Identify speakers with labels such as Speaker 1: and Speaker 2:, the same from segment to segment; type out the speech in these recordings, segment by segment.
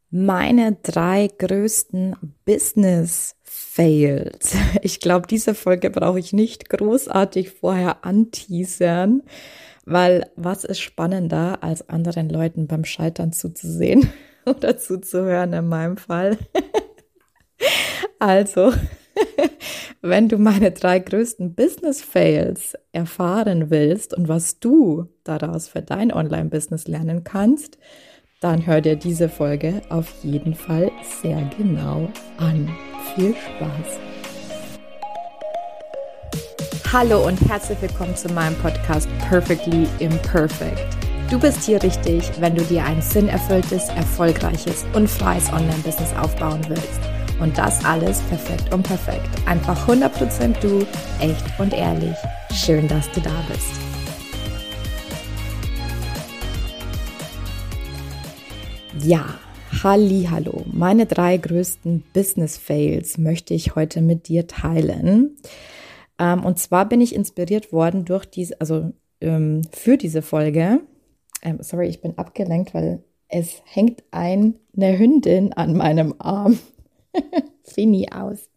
Speaker 1: Meine 3 größten Business-Fails. Ich glaube, diese Folge brauche ich nicht großartig vorher anteasern, weil was ist spannender, als anderen Leuten beim Scheitern zuzusehen oder zuzuhören in meinem Fall. Also, wenn du meine 3 größten Business-Fails erfahren willst und was du daraus für dein Online-Business lernen kannst, dann hör dir diese Folge auf jeden Fall sehr genau an. Viel Spaß! Hallo und herzlich willkommen zu meinem Podcast Perfectly Imperfect. Du bist hier richtig, wenn du dir ein sinnerfülltes, erfolgreiches und freies Online-Business aufbauen willst. Und das alles perfekt und perfekt. Einfach 100% du, echt und ehrlich. Schön, dass du da bist. Ja, hallihallo. Meine 3 größten Business-Fails möchte ich heute mit dir teilen. Und zwar bin ich inspiriert worden durch für diese Folge. Sorry, ich bin abgelenkt, weil es hängt eine Hündin an meinem Arm. Fini aus.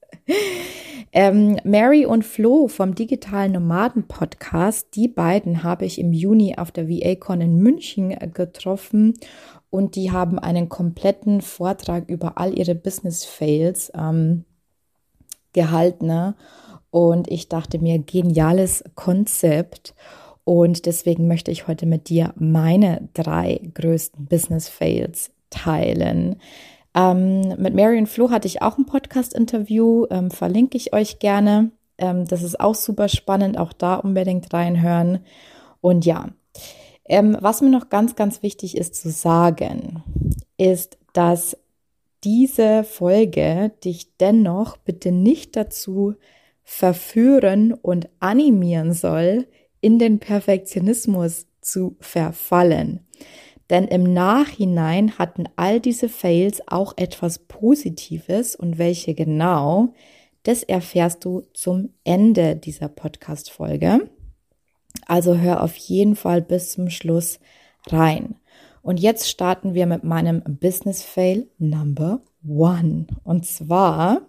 Speaker 1: Mary und Flo vom Digitalen Nomaden Podcast, die beiden habe ich im Juni auf der VA-Con in München getroffen und die haben einen kompletten Vortrag über all ihre Business-Fails gehalten. Und ich dachte mir, geniales Konzept. Und deswegen möchte ich heute mit dir meine 3 größten Business-Fails teilen. Mit Mary und Flo hatte ich auch ein Podcast-Interview, verlinke ich euch gerne. Das ist auch super spannend, auch da unbedingt reinhören. Und ja, was mir noch ganz, ganz wichtig ist zu sagen, ist, dass diese Folge dich dennoch bitte nicht dazu verführen und animieren soll, in den Perfektionismus zu verfallen. Denn im Nachhinein hatten all diese Fails auch etwas Positives und welche genau, das erfährst du zum Ende dieser Podcast-Folge. Also hör auf jeden Fall bis zum Schluss rein. Und jetzt starten wir mit meinem Business Fail Number 1. Und zwar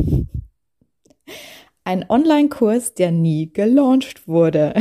Speaker 1: ein Online-Kurs, der nie gelauncht wurde.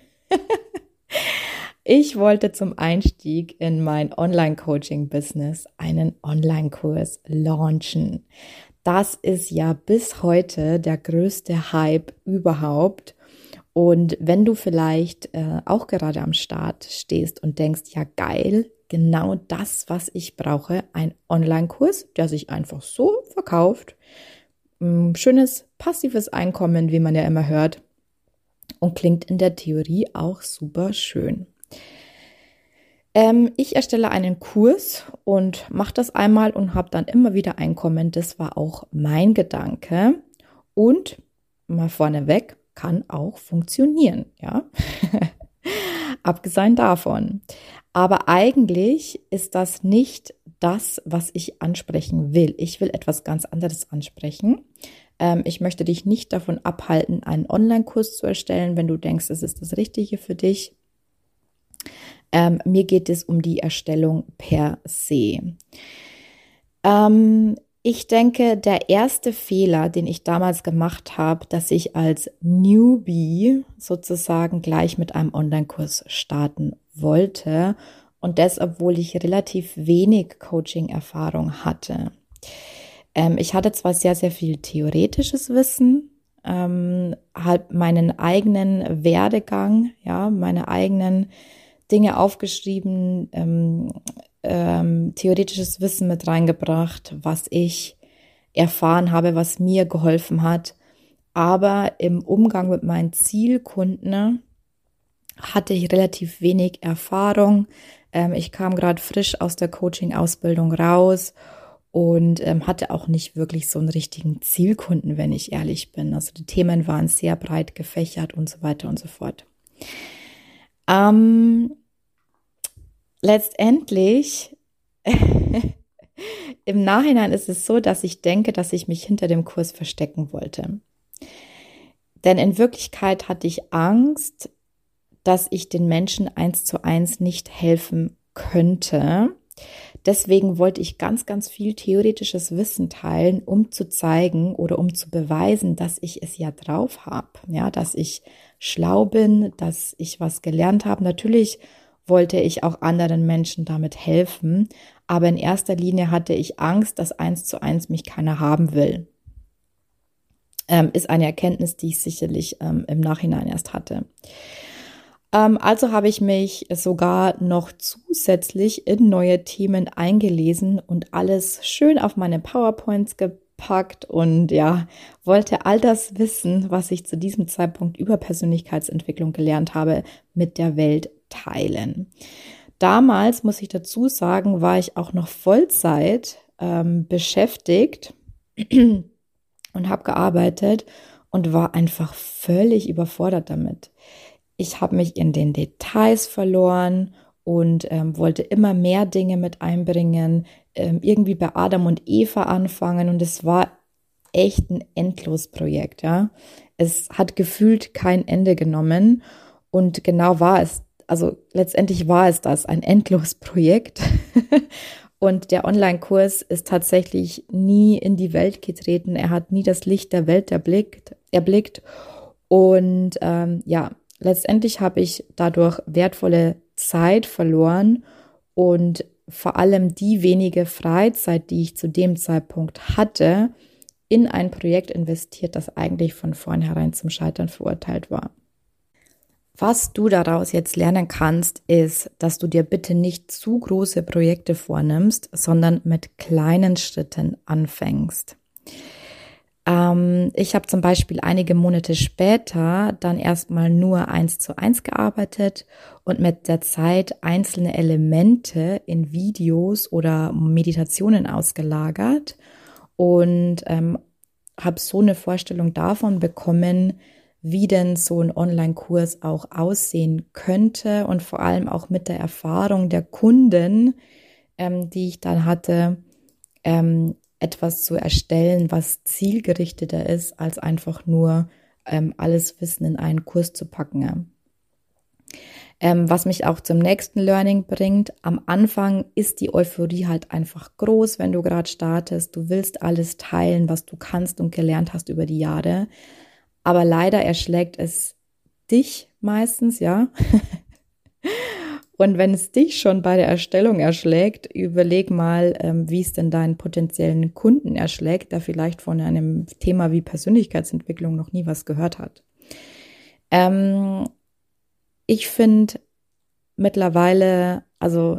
Speaker 1: Ich wollte zum Einstieg in mein Online-Coaching-Business einen Online-Kurs launchen. Das ist ja bis heute der größte Hype überhaupt. Und wenn du vielleicht auch gerade am Start stehst und denkst, ja geil, genau das, was ich brauche, ein Online-Kurs, der sich einfach so verkauft. Schönes passives Einkommen, wie man ja immer hört. Und klingt in der Theorie auch super schön. Ich erstelle einen Kurs und mache das einmal und habe dann immer wieder Einkommen. Das war auch mein Gedanke. Und mal vorneweg, kann auch funktionieren, ja. Abgesehen davon. Aber eigentlich ist das nicht das, was ich ansprechen will. Ich will etwas ganz anderes ansprechen. Ich möchte dich nicht davon abhalten, einen Online-Kurs zu erstellen, wenn du denkst, es ist das Richtige für dich. Mir geht es um die Erstellung per se. Ich denke, der erste Fehler, den ich damals gemacht habe, dass ich als Newbie sozusagen gleich mit einem Online-Kurs starten wollte und das, obwohl ich relativ wenig Coaching-Erfahrung hatte. Ich hatte zwar sehr, sehr viel theoretisches Wissen, halt meinen eigenen Werdegang, ja, meine eigenen Dinge aufgeschrieben, theoretisches Wissen mit reingebracht, was ich erfahren habe, was mir geholfen hat. Aber im Umgang mit meinen Zielkunden hatte ich relativ wenig Erfahrung. Ich kam gerade frisch aus der Coaching-Ausbildung raus und hatte auch nicht wirklich so einen richtigen Zielkunden, wenn ich ehrlich bin. Also die Themen waren sehr breit gefächert und so weiter und so fort. Letztendlich, im Nachhinein ist es so, dass ich denke, dass ich mich hinter dem Kurs verstecken wollte. Denn in Wirklichkeit hatte ich Angst, dass ich den Menschen 1:1 nicht helfen könnte. Deswegen wollte ich ganz, ganz viel theoretisches Wissen teilen, um zu zeigen oder um zu beweisen, dass ich es ja drauf habe, ja, dass ich schlau bin, dass ich was gelernt habe. Natürlich wollte ich auch anderen Menschen damit helfen, aber in erster Linie hatte ich Angst, dass 1:1 mich keiner haben will. Ist eine Erkenntnis, die ich sicherlich im Nachhinein erst hatte. Also habe ich mich sogar noch zusätzlich in neue Themen eingelesen und alles schön auf meine PowerPoints gepackt und ja, wollte all das Wissen, was ich zu diesem Zeitpunkt über Persönlichkeitsentwicklung gelernt habe, mit der Welt teilen. Damals, muss ich dazu sagen, war ich auch noch Vollzeit beschäftigt und habe gearbeitet und war einfach völlig überfordert damit. Ich habe mich in den Details verloren und wollte immer mehr Dinge mit einbringen, irgendwie bei Adam und Eva anfangen und es war echt ein Endlosprojekt, ja. Es hat gefühlt kein Ende genommen und genau war es, also letztendlich war es das, ein Endlosprojekt. Und der Online-Kurs ist tatsächlich nie in die Welt getreten. Er hat nie das Licht der Welt erblickt. Und ja, letztendlich habe ich dadurch wertvolle Zeit verloren und vor allem die wenige Freizeit, die ich zu dem Zeitpunkt hatte, in ein Projekt investiert, das eigentlich von vornherein zum Scheitern verurteilt war. Was du daraus jetzt lernen kannst, ist, dass du dir bitte nicht zu große Projekte vornimmst, sondern mit kleinen Schritten anfängst. Ich habe zum Beispiel einige Monate später dann erstmal nur 1:1 gearbeitet und mit der Zeit einzelne Elemente in Videos oder Meditationen ausgelagert und habe so eine Vorstellung davon bekommen, wie denn so ein Online-Kurs auch aussehen könnte und vor allem auch mit der Erfahrung der Kunden, die ich dann hatte, etwas zu erstellen, was zielgerichteter ist, als einfach nur alles Wissen in einen Kurs zu packen. Was mich auch zum nächsten Learning bringt. Am Anfang ist die Euphorie halt einfach groß, wenn du gerade startest. Du willst alles teilen, was du kannst und gelernt hast über die Jahre. Aber leider erschlägt es dich meistens, ja. Und wenn es dich schon bei der Erstellung erschlägt, überleg mal, wie es denn deinen potenziellen Kunden erschlägt, der vielleicht von einem Thema wie Persönlichkeitsentwicklung noch nie was gehört hat. Ich finde mittlerweile, also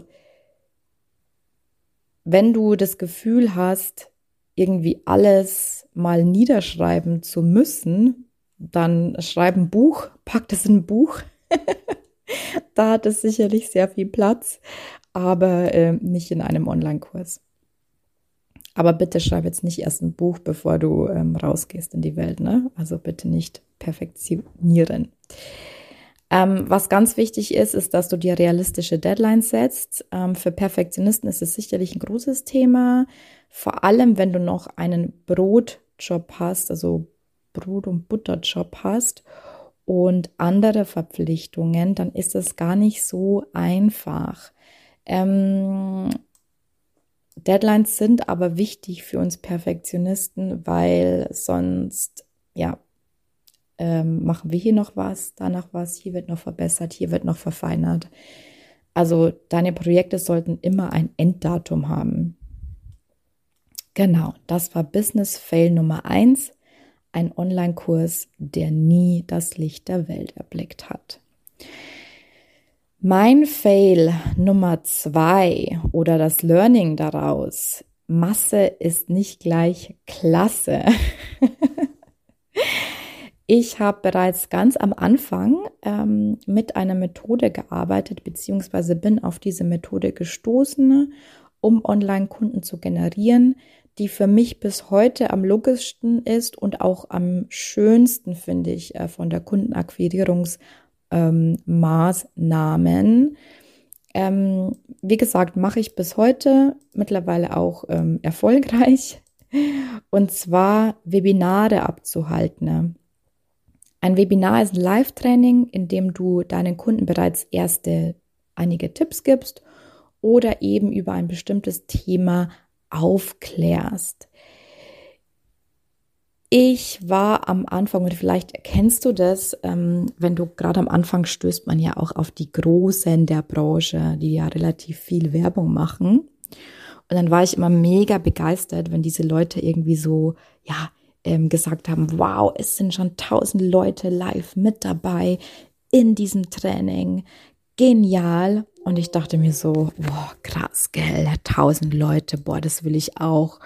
Speaker 1: wenn du das Gefühl hast, irgendwie alles mal niederschreiben zu müssen, dann schreib ein Buch, pack das in ein Buch. Da hat es sicherlich sehr viel Platz, aber nicht in einem Online-Kurs. Aber bitte schreib jetzt nicht erst ein Buch, bevor du rausgehst in die Welt, ne? Also bitte nicht perfektionieren. Was ganz wichtig ist, dass du dir realistische Deadlines setzt. Für Perfektionisten ist es sicherlich ein großes Thema. Vor allem, wenn du noch einen Brotjob hast, also Brot- und Butterjob hast und andere Verpflichtungen, dann ist es gar nicht so einfach. Deadlines sind aber wichtig für uns Perfektionisten, weil sonst, ja, machen wir hier noch was, danach was, hier wird noch verbessert, hier wird noch verfeinert. Also deine Projekte sollten immer ein Enddatum haben. Genau, das war Business Fail Nummer 1. Ein Online-Kurs, der nie das Licht der Welt erblickt hat. Mein Fail Nummer 2 oder das Learning daraus: Masse ist nicht gleich Klasse. Ich habe bereits ganz am Anfang mit einer Methode gearbeitet, beziehungsweise bin auf diese Methode gestoßen, um Online-Kunden zu generieren, die für mich bis heute am logischsten ist und auch am schönsten, finde ich, von der Kundenakquirierungsmaßnahmen. Wie gesagt, mache ich bis heute mittlerweile auch erfolgreich, und zwar Webinare abzuhalten. Ein Webinar ist ein Live-Training, in dem du deinen Kunden bereits einige Tipps gibst oder eben über ein bestimmtes Thema aufklärst. Ich war am Anfang, und vielleicht kennst du das, wenn du gerade am Anfang stößt man ja auch auf die Großen der Branche, die ja relativ viel Werbung machen. Und dann war ich immer mega begeistert, wenn diese Leute irgendwie so, ja, gesagt haben, wow, es sind schon 1000 Leute live mit dabei in diesem Training. Genial. Und ich dachte mir so, boah, krass, gell, 1000 Leute, boah, das will ich auch.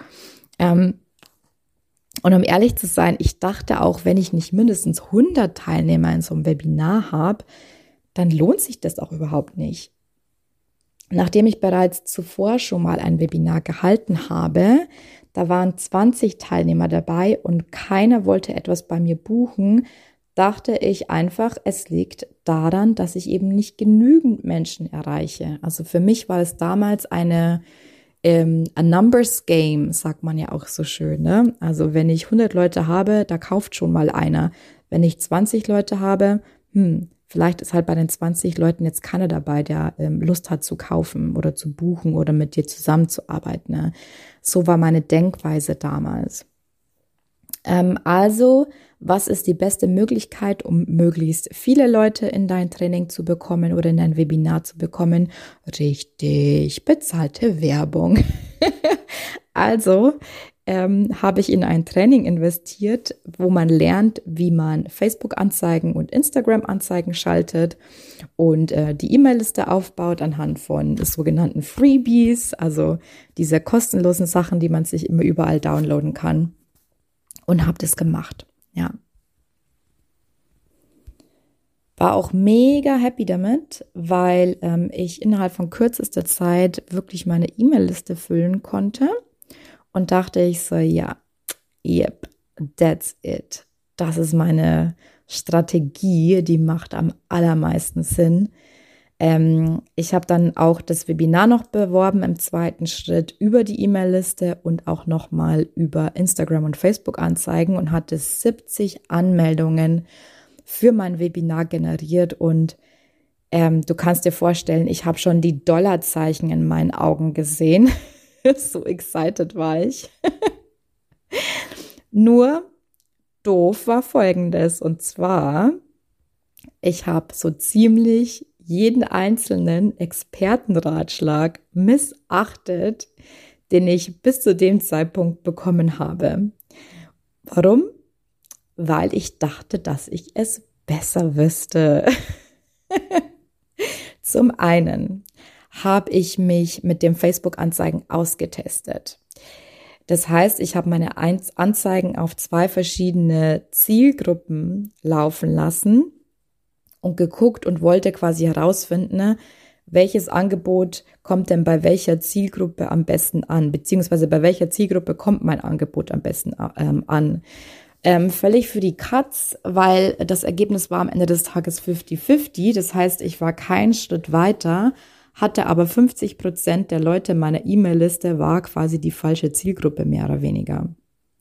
Speaker 1: Und um ehrlich zu sein, ich dachte auch, wenn ich nicht mindestens 100 Teilnehmer in so einem Webinar habe, dann lohnt sich das auch überhaupt nicht. Nachdem ich bereits zuvor schon mal ein Webinar gehalten habe, da waren 20 Teilnehmer dabei und keiner wollte etwas bei mir buchen, dachte ich einfach, es liegt daran, dass ich eben nicht genügend Menschen erreiche. Also für mich war es damals a Numbers Game, sagt man ja auch so schön, ne? Also wenn ich 100 Leute habe, da kauft schon mal einer. Wenn ich 20 Leute habe, vielleicht ist halt bei den 20 Leuten jetzt keiner dabei, der Lust hat zu kaufen oder zu buchen oder mit dir zusammenzuarbeiten, ne? So war meine Denkweise damals. Also, was ist die beste Möglichkeit, um möglichst viele Leute in dein Training zu bekommen oder in dein Webinar zu bekommen? Richtig, bezahlte Werbung. Also habe ich in ein Training investiert, wo man lernt, wie man Facebook-Anzeigen und Instagram-Anzeigen schaltet und die E-Mail-Liste aufbaut anhand von sogenannten Freebies, also diese kostenlosen Sachen, die man sich immer überall downloaden kann. Und habe das gemacht, ja. War auch mega happy damit, weil ich innerhalb von kürzester Zeit wirklich meine E-Mail-Liste füllen konnte und dachte ich so, ja, yep, that's it. Das ist meine Strategie, die macht am allermeisten Sinn. Ich habe dann auch das Webinar noch beworben im zweiten Schritt über die E-Mail-Liste und auch nochmal über Instagram und Facebook-Anzeigen und hatte 70 Anmeldungen für mein Webinar generiert. Und du kannst dir vorstellen, ich habe schon die Dollarzeichen in meinen Augen gesehen. So excited war ich. Nur doof war Folgendes, und zwar, ich habe so ziemlich jeden einzelnen Expertenratschlag missachtet, den ich bis zu dem Zeitpunkt bekommen habe. Warum? Weil ich dachte, dass ich es besser wüsste. Zum einen habe ich mich mit dem Facebook-Anzeigen ausgetestet. Das heißt, ich habe meine Anzeigen auf 2 verschiedene Zielgruppen laufen lassen und geguckt und wollte quasi herausfinden, ne, welches Angebot kommt denn bei welcher Zielgruppe am besten an, beziehungsweise bei welcher Zielgruppe kommt mein Angebot am besten an. Völlig für die Katz, weil das Ergebnis war am Ende des Tages 50-50. Das heißt, ich war keinen Schritt weiter, hatte aber 50% der Leute meiner E-Mail-Liste war quasi die falsche Zielgruppe, mehr oder weniger.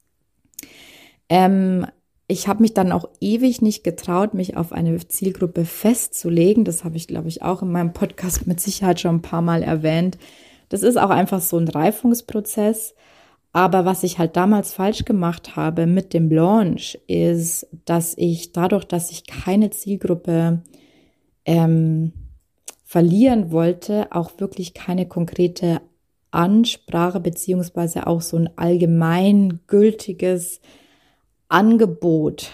Speaker 1: Ich habe mich dann auch ewig nicht getraut, mich auf eine Zielgruppe festzulegen. Das habe ich, glaube ich, auch in meinem Podcast mit Sicherheit schon ein paar Mal erwähnt. Das ist auch einfach so ein Reifungsprozess. Aber was ich halt damals falsch gemacht habe mit dem Launch, ist, dass ich dadurch, dass ich keine Zielgruppe verlieren wollte, auch wirklich keine konkrete Ansprache beziehungsweise auch so ein allgemeingültiges Angebot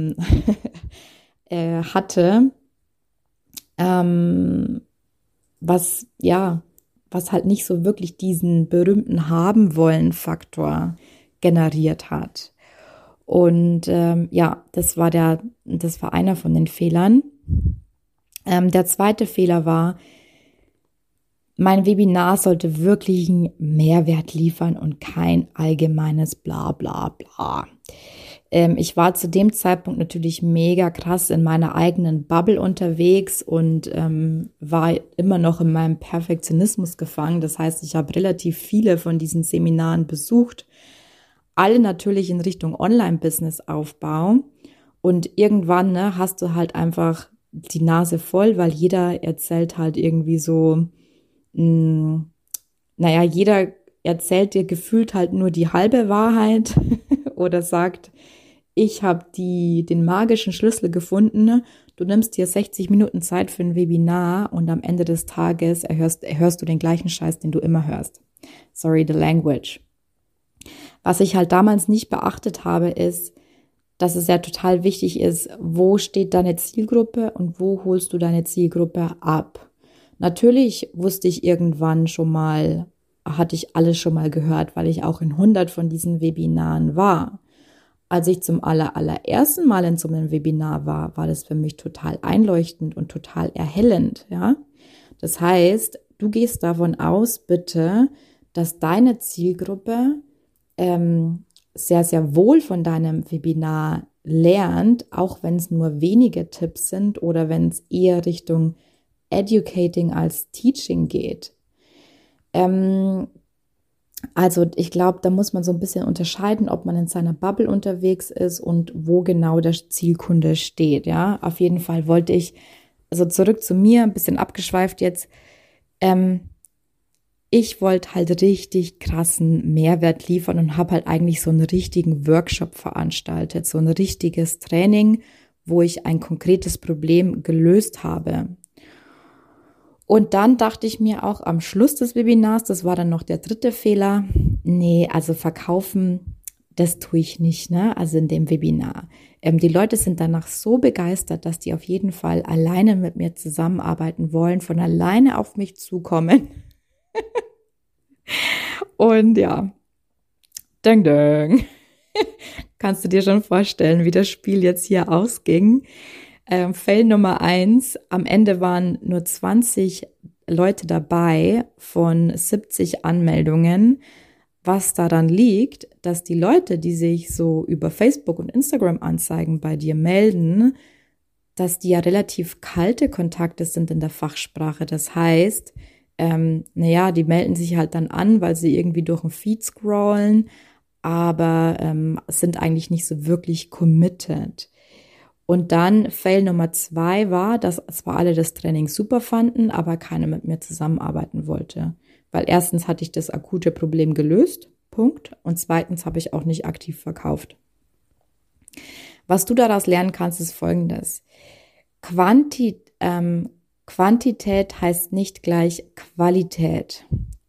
Speaker 1: hatte, was halt nicht so wirklich diesen berühmten Haben-wollen-Faktor generiert hat. Und das war einer von den Fehlern. Der zweite Fehler war, mein Webinar sollte wirklich einen Mehrwert liefern und kein allgemeines Bla bla bla. Ich war zu dem Zeitpunkt natürlich mega krass in meiner eigenen Bubble unterwegs und war immer noch in meinem Perfektionismus gefangen. Das heißt, ich habe relativ viele von diesen Seminaren besucht, alle natürlich in Richtung Online-Business-Aufbau. Und irgendwann hast du halt einfach die Nase voll, weil jeder erzählt halt irgendwie so naja, jeder erzählt dir gefühlt halt nur die halbe Wahrheit oder sagt, ich habe den magischen Schlüssel gefunden. Du nimmst dir 60 Minuten Zeit für ein Webinar und am Ende des Tages hörst du den gleichen Scheiß, den du immer hörst. Sorry, the language. Was ich halt damals nicht beachtet habe, ist, dass es ja total wichtig ist, wo steht deine Zielgruppe und wo holst du deine Zielgruppe ab. Natürlich wusste ich irgendwann schon mal, hatte ich alles schon mal gehört, weil ich auch in 100 von diesen Webinaren war. Als ich zum allerersten Mal in so einem Webinar war das für mich total einleuchtend und total erhellend, ja. Das heißt, du gehst davon aus, bitte, dass deine Zielgruppe sehr, sehr wohl von deinem Webinar lernt, auch wenn es nur wenige Tipps sind oder wenn es eher Richtung Educating als Teaching geht. Also ich glaube, da muss man so ein bisschen unterscheiden, ob man in seiner Bubble unterwegs ist und wo genau der Zielkunde steht. Ja, auf jeden Fall wollte ich, also zurück zu mir, ein bisschen abgeschweift jetzt, ich wollte halt richtig krassen Mehrwert liefern und habe halt eigentlich so einen richtigen Workshop veranstaltet, so ein richtiges Training, wo ich ein konkretes Problem gelöst habe. Und dann dachte ich mir auch am Schluss des Webinars, das war dann noch der dritte Fehler, nee, also verkaufen, das tue ich nicht, ne? Also in dem Webinar. Die Leute sind danach so begeistert, dass die auf jeden Fall alleine mit mir zusammenarbeiten wollen, von alleine auf mich zukommen. Und ja, ding, ding. Kannst du dir schon vorstellen, wie das Spiel jetzt hier ausging? Fail Nummer 1, am Ende waren nur 20 Leute dabei von 70 Anmeldungen, was daran liegt, dass die Leute, die sich so über Facebook und Instagram Anzeigen bei dir melden, dass die ja relativ kalte Kontakte sind in der Fachsprache. Das heißt, die melden sich halt dann an, weil sie irgendwie durch den Feed scrollen, aber sind eigentlich nicht so wirklich committed. Und dann Fail Nummer 2 war, dass zwar alle das Training super fanden, aber keiner mit mir zusammenarbeiten wollte. Weil erstens hatte ich das akute Problem gelöst, Punkt. Und zweitens habe ich auch nicht aktiv verkauft. Was du daraus lernen kannst, ist Folgendes. Quantität heißt nicht gleich Qualität.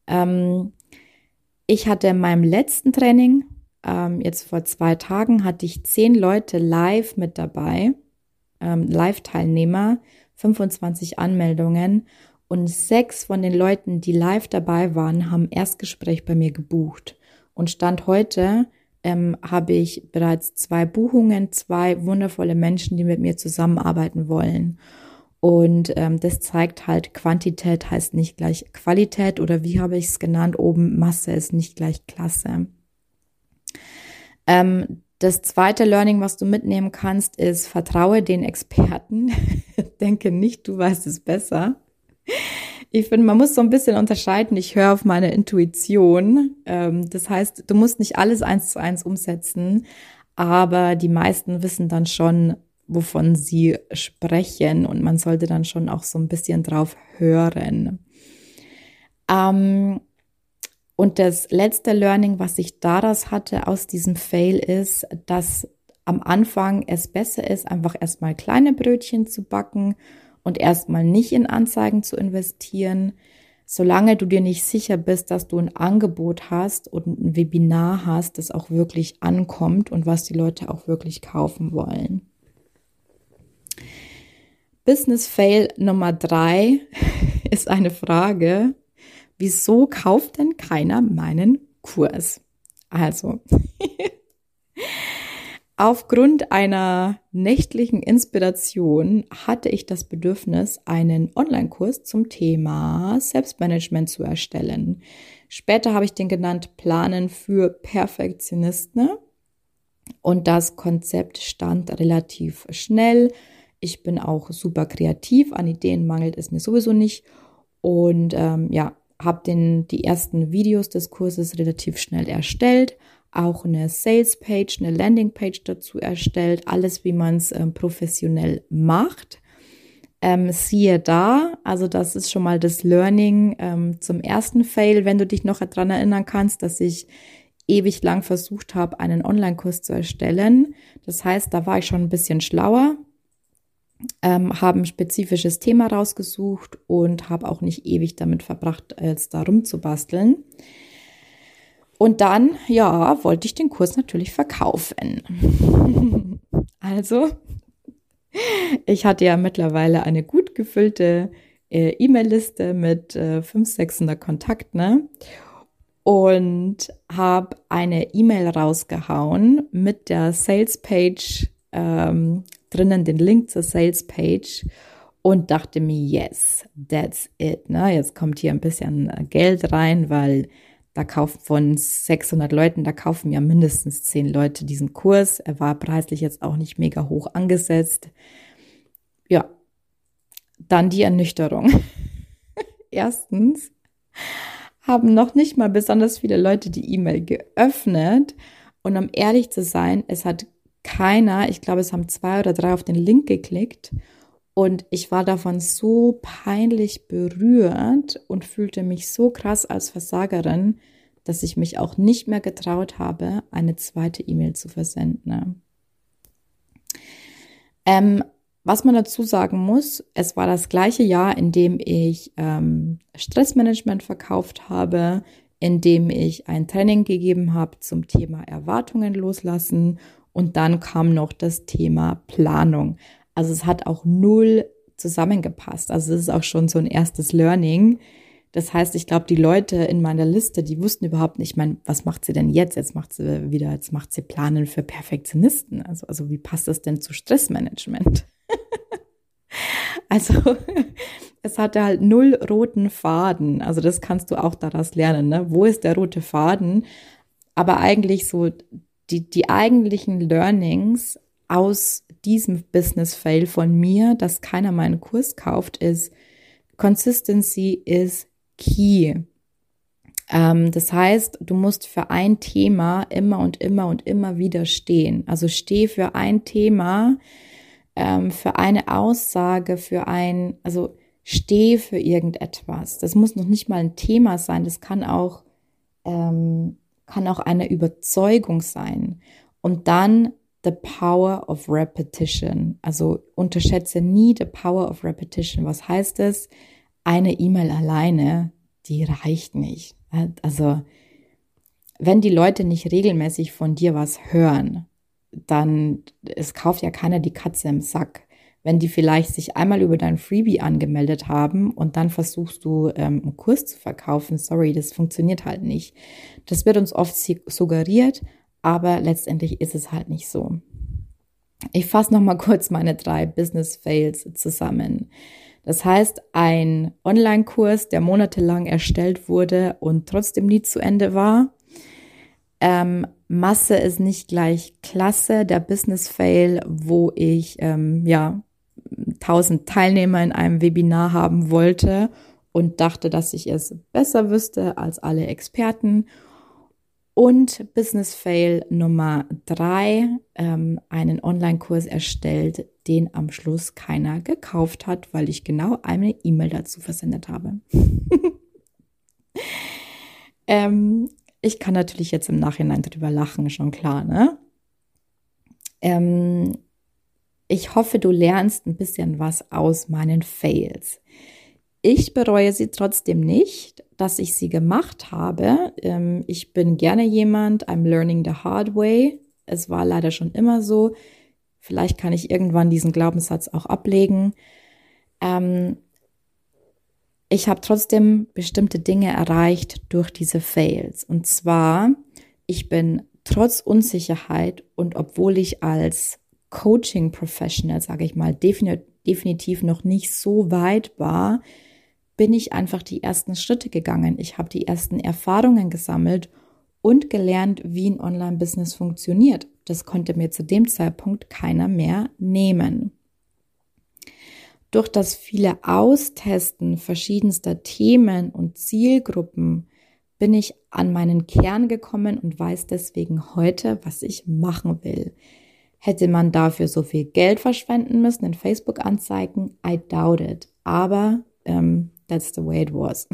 Speaker 1: Ich hatte in meinem letzten Training, jetzt vor 2 Tagen, hatte ich 10 Leute live mit dabei, Live-Teilnehmer, 25 Anmeldungen und 6 von den Leuten, die live dabei waren, haben Erstgespräch bei mir gebucht. Und Stand heute habe ich bereits 2 Buchungen, 2 wundervolle Menschen, die mit mir zusammenarbeiten wollen. Und das zeigt halt, Quantität heißt nicht gleich Qualität oder wie habe ich es genannt, oben Masse ist nicht gleich Klasse. Das zweite Learning, was du mitnehmen kannst, ist, vertraue den Experten. Denke nicht, du weißt es besser. Ich finde, man muss so ein bisschen unterscheiden. Ich höre auf meine Intuition. Das heißt, du musst nicht alles 1:1 umsetzen, aber die meisten wissen dann schon, wovon sie sprechen und man sollte dann schon auch so ein bisschen drauf hören. Und das letzte Learning, was ich daraus hatte aus diesem Fail ist, dass am Anfang es besser ist, einfach erstmal kleine Brötchen zu backen und erstmal nicht in Anzeigen zu investieren, solange du dir nicht sicher bist, dass du ein Angebot hast und ein Webinar hast, das auch wirklich ankommt und was die Leute auch wirklich kaufen wollen. Business Fail Nummer 3 ist eine Frage, wieso kauft denn keiner meinen Kurs? Also, aufgrund einer nächtlichen Inspiration hatte ich das Bedürfnis, einen Online-Kurs zum Thema Selbstmanagement zu erstellen. Später habe ich den genannt Planen für Perfektionisten und das Konzept stand relativ schnell. Ich bin auch super kreativ, an Ideen mangelt es mir sowieso nicht und habe die ersten Videos des Kurses relativ schnell erstellt, auch eine Sales-Page, eine Landing-Page dazu erstellt, alles wie man es professionell macht. Siehe da, also das ist schon mal das Learning zum ersten Fail, wenn du dich noch daran erinnern kannst, dass ich ewig lang versucht habe, einen Online-Kurs zu erstellen. Das heißt, da war ich schon ein bisschen schlauer, habe ein spezifisches Thema rausgesucht und habe auch nicht ewig damit verbracht, jetzt da rumzubasteln. Und dann, ja, wollte ich den Kurs natürlich verkaufen. Also, ich hatte ja mittlerweile eine gut gefüllte E-Mail-Liste mit 500, 600 Kontakten, ne? Und habe eine E-Mail rausgehauen mit der Sales-Page drinnen, den Link zur Sales-Page und dachte mir, yes, that's it. Ne? Jetzt kommt hier ein bisschen Geld rein, weil da kaufen von 600 Leuten, da kaufen ja mindestens 10 Leute diesen Kurs. Er war preislich jetzt auch nicht mega hoch angesetzt. Ja, dann die Ernüchterung. Erstens haben noch nicht mal besonders viele Leute die E-Mail geöffnet. Und um ehrlich zu sein, es hat keiner, ich glaube, es haben 2 oder 3 auf den Link geklickt. Und ich war davon so peinlich berührt und fühlte mich so krass als Versagerin, dass ich mich auch nicht mehr getraut habe, eine zweite E-Mail zu versenden. Was man dazu sagen muss, es war das gleiche Jahr, in dem ich Stressmanagement verkauft habe, in dem ich ein Training gegeben habe zum Thema Erwartungen loslassen und dann kam noch das Thema Planung. Also es hat auch null zusammengepasst. Also es ist auch schon so ein erstes Learning. Das heißt, ich glaube, die Leute in meiner Liste, die wussten überhaupt nicht, ich meine, was macht sie denn jetzt? Jetzt macht sie Planen für Perfektionisten. Also wie passt das denn zu Stressmanagement? Also es hatte halt null roten Faden. Also das kannst du auch daraus lernen, ne? Wo ist der rote Faden? Aber eigentlich so die eigentlichen Learnings aus diesem Business-Fail von mir, dass keiner meinen Kurs kauft, ist Consistency is key. Das heißt, du musst für ein Thema immer und immer und immer wieder stehen. Also steh für ein Thema, für eine Aussage, also steh für irgendetwas. Das muss noch nicht mal ein Thema sein, das kann auch eine Überzeugung sein. Und dann the power of repetition. Also unterschätze nie the power of repetition. Was heißt es? Eine E-Mail alleine, die reicht nicht. Also wenn die Leute nicht regelmäßig von dir was hören, dann es kauft ja keiner die Katze im Sack. Wenn die vielleicht sich einmal über dein Freebie angemeldet haben und dann versuchst du einen Kurs zu verkaufen, sorry, das funktioniert halt nicht. Das wird uns oft suggeriert, aber letztendlich ist es halt nicht so. Ich fasse nochmal kurz meine 3 Business Fails zusammen. Das heißt, ein Online-Kurs, der monatelang erstellt wurde und trotzdem nie zu Ende war. Masse ist nicht gleich Klasse. Der Business Fail, wo ich 1000 Teilnehmer in einem Webinar haben wollte und dachte, dass ich es besser wüsste als alle Experten. Und Business Fail Nummer 3, einen Online-Kurs erstellt, den am Schluss keiner gekauft hat, weil ich genau eine E-Mail dazu versendet habe. Ich kann natürlich jetzt im Nachhinein drüber lachen, schon klar, ne? Ich hoffe, du lernst ein bisschen was aus meinen Fails. Ich bereue sie trotzdem nicht, dass ich sie gemacht habe. Ich bin gerne jemand, I'm learning the hard way. Es war leider schon immer so. Vielleicht kann ich irgendwann diesen Glaubenssatz auch ablegen. Ich habe trotzdem bestimmte Dinge erreicht durch diese Fails. Und zwar, ich bin trotz Unsicherheit und obwohl ich als Coaching-Professional, sage ich mal, definitiv noch nicht so weit war, bin ich einfach die ersten Schritte gegangen. Ich habe die ersten Erfahrungen gesammelt und gelernt, wie ein Online-Business funktioniert. Das konnte mir zu dem Zeitpunkt keiner mehr nehmen. Durch das viele Austesten verschiedenster Themen und Zielgruppen bin ich an meinen Kern gekommen und weiß deswegen heute, was ich machen will. Hätte man dafür so viel Geld verschwenden müssen in Facebook-Anzeigen? I doubt it. Aber that's the way it was.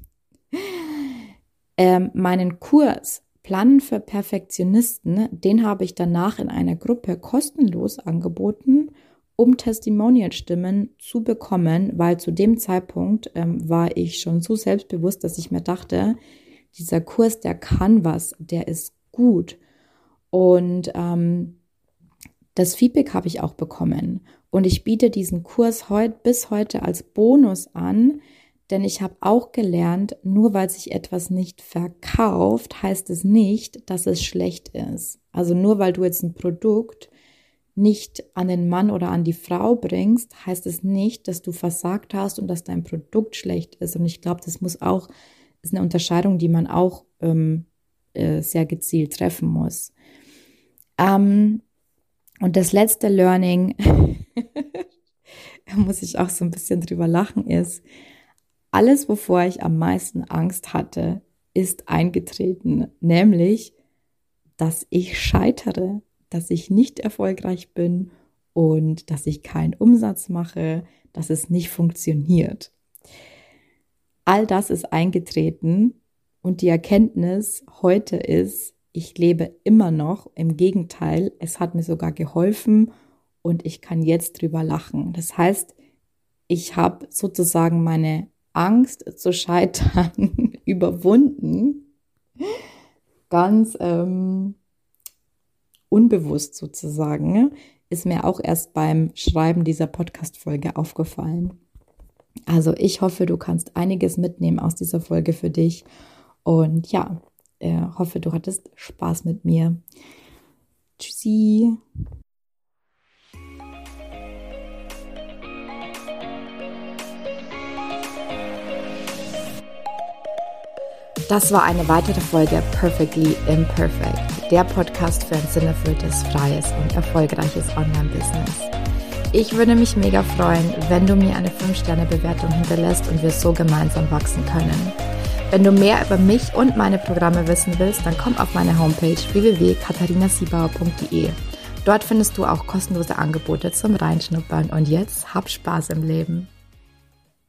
Speaker 1: Meinen Kurs Planen für Perfektionisten, den habe ich danach in einer Gruppe kostenlos angeboten, um Testimonial-Stimmen zu bekommen, weil zu dem Zeitpunkt war ich schon so selbstbewusst, dass ich mir dachte, dieser Kurs, der kann was, der ist gut. Und das Feedback habe ich auch bekommen. Und ich biete diesen Kurs bis heute als Bonus an, denn ich habe auch gelernt, nur weil sich etwas nicht verkauft, heißt es nicht, dass es schlecht ist. Also nur weil du jetzt ein Produkt nicht an den Mann oder an die Frau bringst, heißt es nicht, dass du versagt hast und dass dein Produkt schlecht ist. Und ich glaube, das ist eine Unterscheidung, die man auch sehr gezielt treffen muss. Und das letzte Learning, da muss ich auch so ein bisschen drüber lachen, ist, alles, wovor ich am meisten Angst hatte, ist eingetreten, nämlich, dass ich scheitere, dass ich nicht erfolgreich bin und dass ich keinen Umsatz mache, dass es nicht funktioniert. All das ist eingetreten und die Erkenntnis heute ist, ich lebe immer noch, im Gegenteil, es hat mir sogar geholfen und ich kann jetzt drüber lachen. Das heißt, ich habe sozusagen meine Angst zu scheitern überwunden, ganz unbewusst sozusagen, ist mir auch erst beim Schreiben dieser Podcast-Folge aufgefallen. Also ich hoffe, du kannst einiges mitnehmen aus dieser Folge für dich und ja, hoffe, du hattest Spaß mit mir. Tschüssi! Das war eine weitere Folge Perfectly Imperfect, der Podcast für ein sinnerfülltes, freies und erfolgreiches Online-Business. Ich würde mich mega freuen, wenn du mir eine 5-Sterne-Bewertung hinterlässt und wir so gemeinsam wachsen können. Wenn du mehr über mich und meine Programme wissen willst, dann komm auf meine Homepage www.katharinasiebauer.de. Dort findest du auch kostenlose Angebote zum Reinschnuppern und jetzt hab Spaß im Leben.